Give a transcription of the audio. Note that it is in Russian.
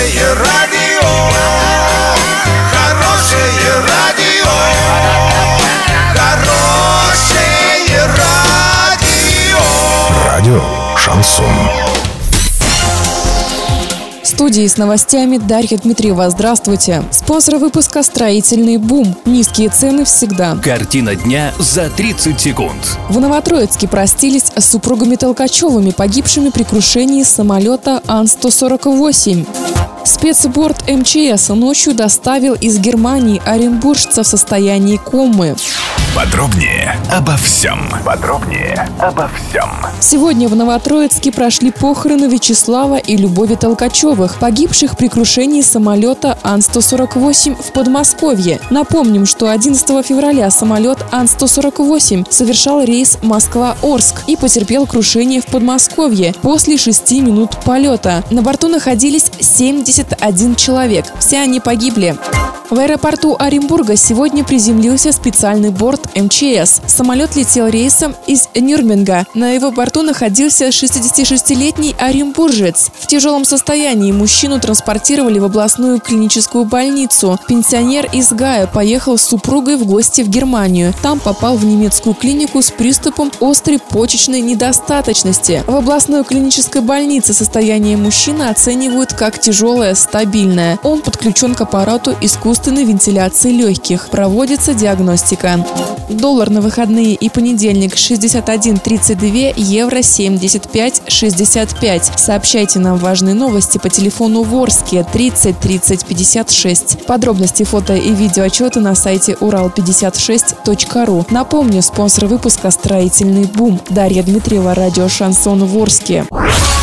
Хорошее радио, хорошее радио, хорошее радио. Радио Шансон. В студии с новостями Дарья Дмитриева. Здравствуйте. Спонсор выпуска «Строительный бум». Низкие цены всегда. Картина дня за 30 секунд. В Новотроицке простились с супругами Толкачевыми, погибшими при крушении самолета Ан-148. Спецборд МЧС ночью доставил из Германии оренбуржца в состоянии комы. Подробнее обо всем. Сегодня в Новотроицке прошли похороны Вячеслава и Любови Толкачевых, погибших при крушении самолета Ан-148 в Подмосковье. Напомним, что 11 февраля самолет Ан-148 совершал рейс Москва-Орск и потерпел крушение в Подмосковье после 6 минут полета. На борту находились 71 человек. Все они погибли. В аэропорту Оренбурга сегодня приземлился специальный борт МЧС. Самолет летел рейсом из Нюрнберга. На его борту находился 66-летний оренбуржец. В тяжелом состоянии мужчину транспортировали в областную клиническую больницу. Пенсионер из Гая поехал с супругой в гости в Германию. Там попал в немецкую клинику с приступом острой почечной недостаточности. В областной клинической больнице состояние мужчины оценивают как тяжелое, стабильное. Он подключен к аппарату искусственной вентиляции легких. Проводится диагностика. Доллар на выходные и понедельник 61.32, евро 75.65. Сообщайте нам важные новости по телефону Ворске 30 30 56. Подробности, фото и видеоотчеты на сайте урал56.ру. Напомню, спонсор выпуска «Строительный бум». Дарья Дмитриева, радио Шансон Ворске.